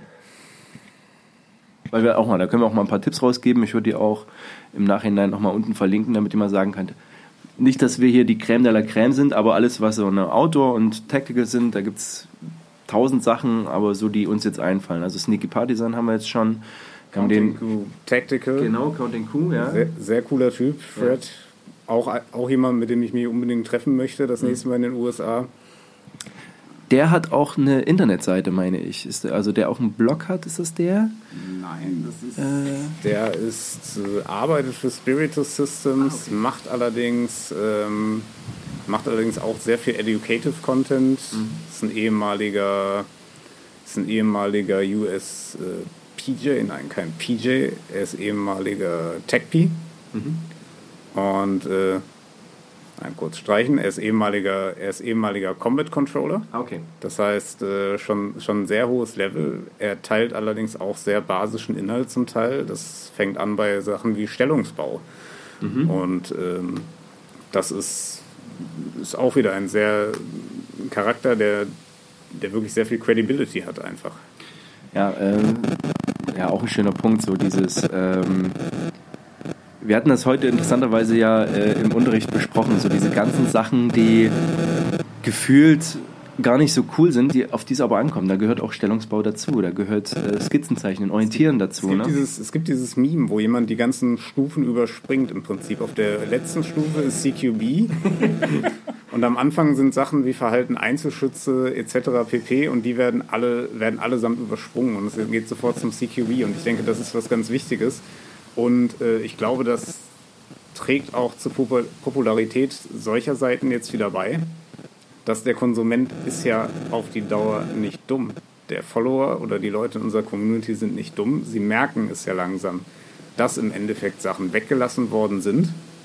S1: Weil da können wir auch mal ein paar Tipps rausgeben. Ich würde die auch im Nachhinein noch mal unten verlinken, damit ihr mal sagen könnt. Nicht, dass wir hier die Crème de la Crème sind, aber alles, was so eine Outdoor und Tactical sind, da gibt's 1000 Sachen, aber so, die uns jetzt einfallen. Also Sneaky Partisan haben wir jetzt schon.
S2: Counting Coup Tactical.
S1: Genau, Counting Coup, ja.
S2: Sehr, sehr cooler Typ, Fred. Ja. Auch jemand, mit dem ich mich unbedingt treffen möchte, das nächste Mal in den USA.
S1: Der hat auch eine Internetseite, meine ich. Also der auch einen Blog hat, ist das der?
S2: Nein, das ist... arbeitet für Spiritus Systems, macht allerdings auch sehr viel Educative Content. Ist ein ehemaliger US PJ, nein, kein PJ, er ist ehemaliger TechP. Und kurz streichen, er ist ehemaliger Combat Controller.
S1: Okay.
S2: Das heißt, schon ein sehr hohes Level. Er teilt allerdings auch sehr basischen Inhalt zum Teil. Das fängt an bei Sachen wie Stellungsbau. Und das ist auch wieder ein Charakter, der wirklich sehr viel Credibility hat einfach.
S1: Ja, auch ein schöner Punkt, so dieses... wir hatten das heute interessanterweise ja im Unterricht besprochen, so diese ganzen Sachen, die gefühlt gar nicht so cool sind, auf die es aber ankommen. Da gehört auch Stellungsbau dazu, da gehört Skizzenzeichnen, Orientieren dazu.
S2: Es gibt dieses Meme, wo jemand die ganzen Stufen überspringt im Prinzip. Auf der letzten Stufe ist CQB und am Anfang sind Sachen wie Verhalten Einzelschütze etc. pp. Und die werden allesamt übersprungen und es geht sofort zum CQB. Und ich denke, das ist was ganz Wichtiges. Und ich glaube, das trägt auch zur Popularität solcher Seiten jetzt wieder bei, dass der Konsument ist ja auf die Dauer nicht dumm. Der Follower oder die Leute in unserer Community sind nicht dumm, sie merken es ja langsam. dass im Endeffekt Sachen weggelassen worden sind.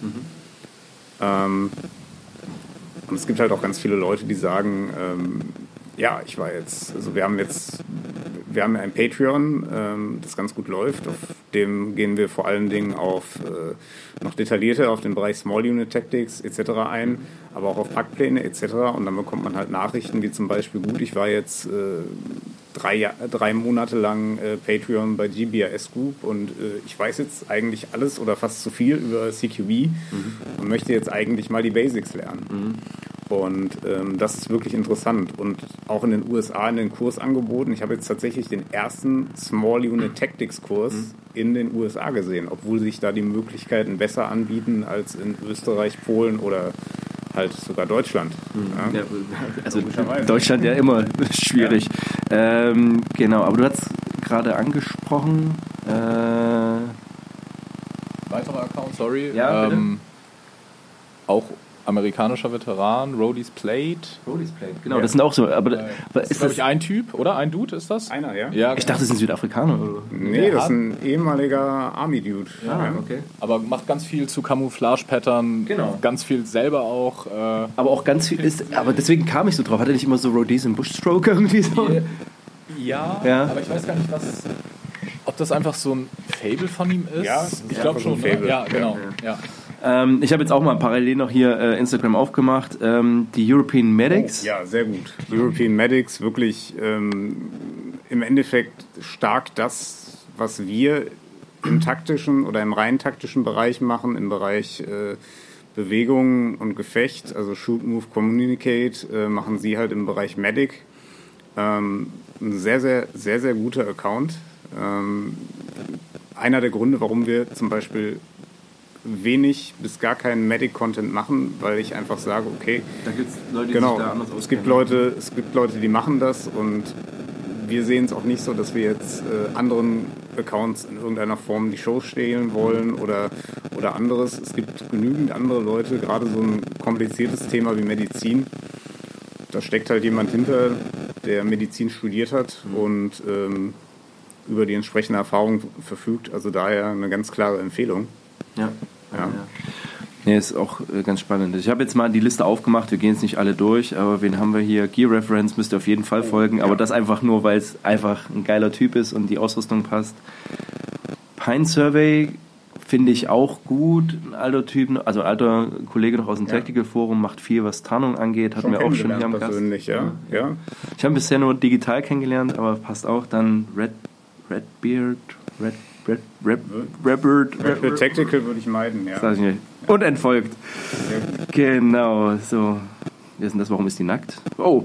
S2: Und es gibt halt auch ganz viele Leute, die sagen, ja, ich war jetzt, also wir haben ja ein Patreon, das ganz gut läuft, auf dem gehen wir vor allen Dingen auf noch detaillierter auf den Bereich Small Unit Tactics etc. ein, aber auch auf Packpläne etc. Und dann bekommt man halt Nachrichten wie zum Beispiel, gut, ich war jetzt 3 Monate lang Patreon bei GBRS Group und ich weiß jetzt eigentlich alles oder fast zu viel über CQB und möchte jetzt eigentlich mal die Basics lernen. Und das ist wirklich interessant. Und auch in den USA in den Kursangeboten, ich habe jetzt tatsächlich den ersten Small Unit Tactics Kurs in den USA gesehen, obwohl sich da die Möglichkeiten besser anbieten als in Österreich, Polen oder halt sogar Deutschland.
S1: Ja, also Deutschland ja immer schwierig. Ja. Genau, aber du hast gerade angesprochen...
S3: Weiterer Account, sorry.
S1: Ja,
S3: auch amerikanischer Veteran, Rhodey's Plate.
S1: Genau, ja. Das sind auch so. Aber
S3: das ist, glaube ich, ein Typ, oder? Ein Dude ist das?
S2: Einer, ja.
S3: Ja,
S1: ich dachte, das sind Südafrikaner. Oder?
S2: Nee, das ist ein ehemaliger Army-Dude.
S1: Ja, okay.
S3: Aber macht ganz viel zu Camouflage-Pattern.
S1: Genau.
S3: Ganz viel selber auch.
S1: Aber auch ganz viel ist... Aber deswegen kam ich so drauf. Hat er nicht immer so Rhodey's im Bushstroke irgendwie so?
S3: Ja, aber ich weiß gar nicht, ob das einfach so ein Fable von ihm ist.
S2: Ja,
S3: ich glaube schon.
S2: Fable.
S3: Ja, genau. Ja.
S1: Ich habe jetzt auch mal parallel noch hier Instagram aufgemacht. Die European Medics.
S2: Oh, ja, sehr gut. European Medics, wirklich im Endeffekt stark das, was wir im taktischen oder im rein taktischen Bereich machen, im Bereich Bewegung und Gefecht, also Shoot, Move, Communicate, machen sie halt im Bereich Medic. Ein sehr, sehr, sehr, sehr guter Account. Einer der Gründe, warum wir zum Beispiel wenig bis gar keinen Medic-Content machen, weil ich einfach sage, okay,
S1: da gibt's Leute, die
S2: genau,
S1: sich da anders
S2: es gibt Leute, die machen das und wir sehen es auch nicht so, dass wir jetzt anderen Accounts in irgendeiner Form die Show stehlen wollen oder anderes. Es gibt genügend andere Leute, gerade so ein kompliziertes Thema wie Medizin. Da steckt halt jemand hinter, der Medizin studiert hat und über die entsprechende Erfahrung verfügt. Also daher eine ganz klare Empfehlung.
S1: Ja. Nee, ist auch ganz spannend. Ich habe jetzt mal die Liste aufgemacht, wir gehen jetzt nicht alle durch, aber wen haben wir hier? Gear Reference müsst ihr auf jeden Fall folgen, aber das einfach nur, weil es einfach ein geiler Typ ist und die Ausrüstung passt. Pine Survey finde ich auch gut, ein alter Typ, also ein alter Kollege noch aus dem Tactical Forum, macht viel, was Tarnung angeht, hatten wir auch schon hier am Gast.
S2: Ja.
S1: Ich habe ihn bisher nur digital kennengelernt, aber passt auch. Dann Redbeard
S2: Tactical würde ich meiden, ja.
S1: Sag ich nicht. Und entfolgt. Genau, so. Wer ist denn das? Warum ist die nackt? Oh.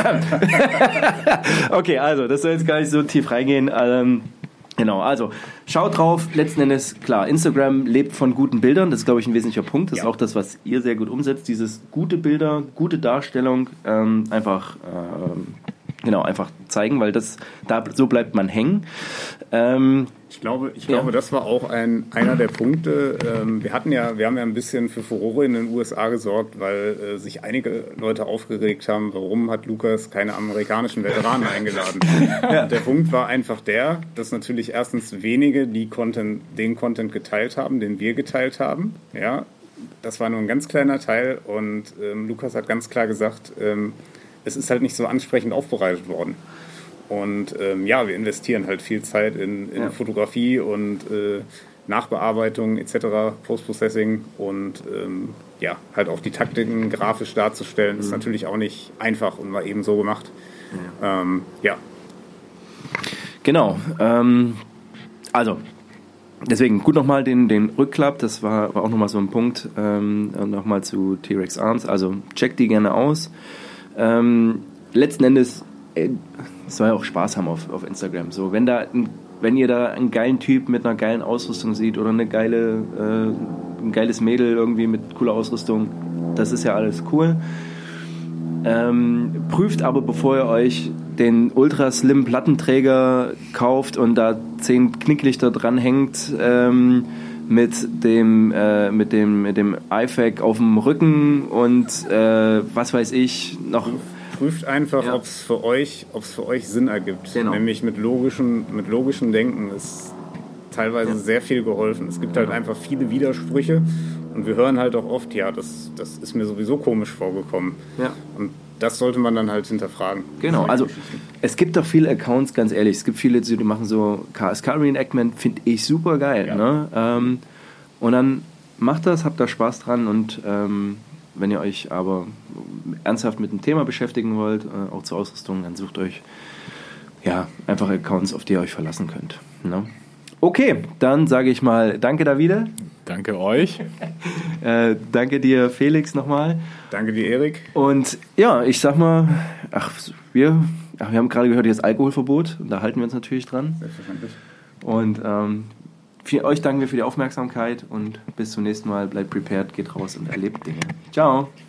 S1: Okay, also, das soll jetzt gar nicht so tief reingehen. Genau, also, schaut drauf. Letzten Endes, klar, Instagram lebt von guten Bildern. Das ist, glaube ich, ein wesentlicher Punkt. Das ist auch das, was ihr sehr gut umsetzt. Dieses gute Bilder, gute Darstellung, einfach zeigen, weil so bleibt man hängen.
S2: Ich glaube, das war auch einer der Punkte. Wir haben ja ein bisschen für Furore in den USA gesorgt, weil sich einige Leute aufgeregt haben, warum hat Lukas keine amerikanischen Veteranen eingeladen. Ja. Der Punkt war einfach dass natürlich erstens wenige den Content geteilt haben, den wir geteilt haben. Ja, das war nur ein ganz kleiner Teil und Lukas hat ganz klar gesagt, es ist halt nicht so ansprechend aufbereitet worden. Und wir investieren halt viel Zeit in Fotografie und Nachbearbeitung etc., Post-Processing und halt auch die Taktiken grafisch darzustellen, ist natürlich auch nicht einfach und mal eben so gemacht.
S1: Genau. Also, deswegen gut nochmal den Rückklapp, das war auch nochmal so ein Punkt, nochmal zu T-Rex Arms, also checkt die gerne aus. Letzten Endes, es soll ja auch Spaß haben auf Instagram. So, wenn ihr da einen geilen Typ mit einer geilen Ausrüstung seht oder ein geiles Mädel irgendwie mit cooler Ausrüstung, das ist ja alles cool. Prüft aber, bevor ihr euch den ultra slim Plattenträger kauft und da 10 Knicklichter dranhängt, mit dem IFAK auf dem Rücken und was weiß ich noch.
S2: Prüft einfach, ob es für euch Sinn ergibt.
S1: Genau.
S2: Nämlich mit logischem Denken ist teilweise sehr viel geholfen. Es gibt halt einfach viele Widersprüche und wir hören halt auch oft, ja, das ist mir sowieso komisch vorgekommen.
S1: Ja.
S2: Und das sollte man dann halt hinterfragen.
S1: Genau, also es gibt doch viele Accounts, ganz ehrlich, es gibt viele, die machen so KSK-Reenactment, finde ich super geil.
S2: Ja.
S1: Ne? Und dann macht das, habt da Spaß dran und wenn ihr euch aber ernsthaft mit dem Thema beschäftigen wollt, auch zur Ausrüstung, dann sucht euch einfach Accounts, auf die ihr euch verlassen könnt. Ne? Okay, dann sage ich mal danke, Davide.
S3: Danke euch.
S1: Danke dir, Felix, nochmal.
S2: Danke dir, Erik.
S1: Und ja, ich sag mal, wir haben gerade gehört, jetzt Alkoholverbot, und da halten wir uns natürlich dran.
S2: Selbstverständlich.
S1: Und euch danken wir für die Aufmerksamkeit und bis zum nächsten Mal. Bleibt prepared, geht raus und erlebt Dinge. Ciao.